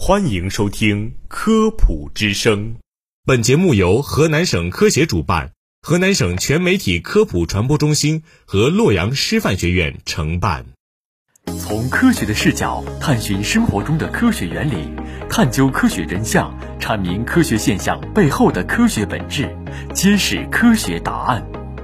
欢迎收听科普之声。本节目由河南省科协主办，河南省全媒体科普传播中心和洛阳师范学院承办。 从科学的视角探寻生活中的科学原理，探究科学真相，阐明科学现象背后的科学本质，揭示科学答案。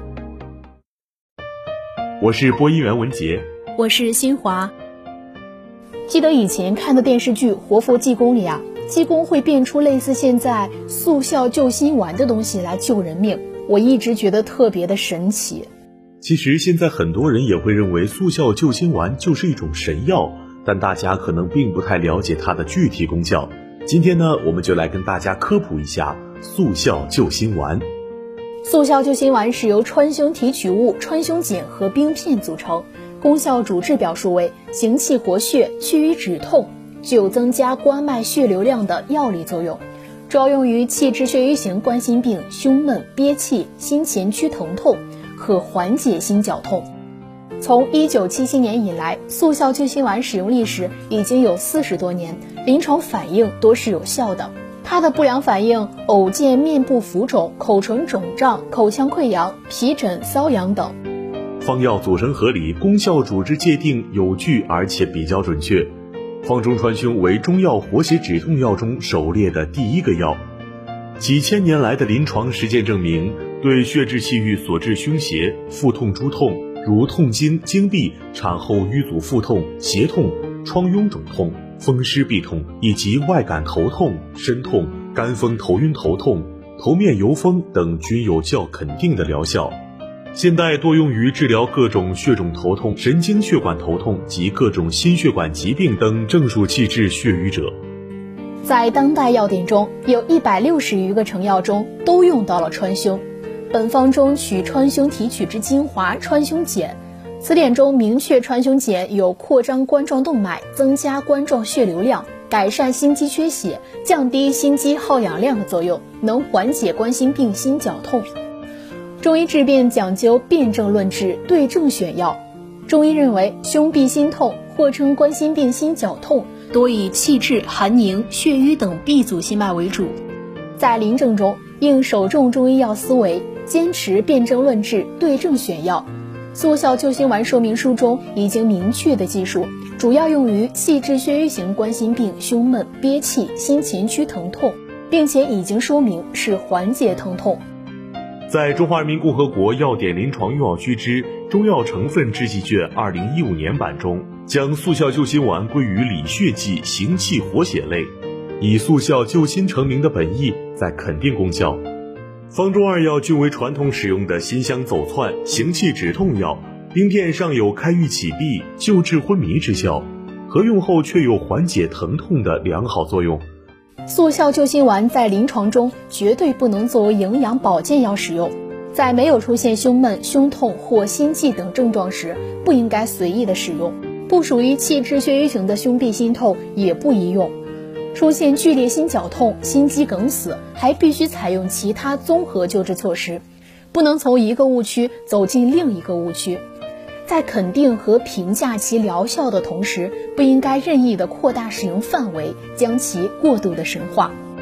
我是播音员文杰， 我是新华。记得以前看的电视剧《活佛济公》里济公会变出类似现在速效救心丸的东西来救人命，我一直觉得特别的神奇。 其实现在很多人也会认为速效救心丸就是一种神药，但大家可能并不太了解它的具体功效。今天呢，我们就来跟大家科普一下速效救心丸。 速效救心丸是由川芎提取物、川芎碱和冰片组成，功效主治表述为行气活血、祛瘀止痛，具有增加关脉血流量的药理作用，主要用于气滞血瘀型冠心病、胸闷、憋气、心前区疼痛，可缓解心绞痛。从1977年以来，速效救心丸使用历史已经有40多年，临床反应多是有效的。它的不良反应偶见面部浮肿、口唇肿胀、口腔溃疡、皮疹、瘙痒等。 方药组成合理，功效主治界定有据而且比较准确。方中川芎为中药活血止痛药中首列的第一个药，几千年来的临床实践证明，对血滞气郁所致胸胁、腹痛诸痛，如痛经、经闭、产后瘀阻腹痛、胁痛、疮痈肿痛、风湿痹痛，以及外感头痛、身痛、干风头晕头痛、头面油风等均有较肯定的疗效。现代多用于治疗各种血肿头痛、神经血管头痛及各种心血管疾病等正属气滞血瘀者。 在当代药典中，有160余个成药中都用到了川芎。本方中取川芎提取之精华川芎碱，此典中明确川芎碱有扩张冠状动脉、增加冠状血流量、改善心肌缺血、降低心肌耗氧量的作用，能缓解冠心病心绞痛。中医治病讲究辨证论治，对症选药。中医认为，胸痹心痛或称冠心病心绞痛，多以气滞、寒凝、血瘀等闭阻心脉为主。在临症中，应首重中医药思维，坚持辨证论治，对症选药。速效救心丸说明书中已经明确的记述，主要用于气滞血瘀型冠心病、胸闷、憋气、心前区疼痛，并且已经说明是缓解疼痛。 在中华人民共和国药典临床用药须知中药成分制剂卷2015年版中，将速效救心丸归于理血剂行气活血类，以速效救心成名的本意在肯定功效。方中二药均为传统使用的辛香走窜、行气止痛药，冰片上有开郁启闭、救治昏迷之效，合用后却有缓解疼痛的良好作用。 速效救心丸在临床中绝对不能作为营养保健药使用，在没有出现胸闷、胸痛或心悸等症状时，不应该随意的使用。不属于气滞血瘀型的胸痹心痛也不宜用。出现剧烈心绞痛、心肌梗死，还必须采用其他综合救治措施，不能从一个误区走进另一个误区。在肯定和评价其疗效的同时，不应该任意的扩大使用范围，将其过度的神化。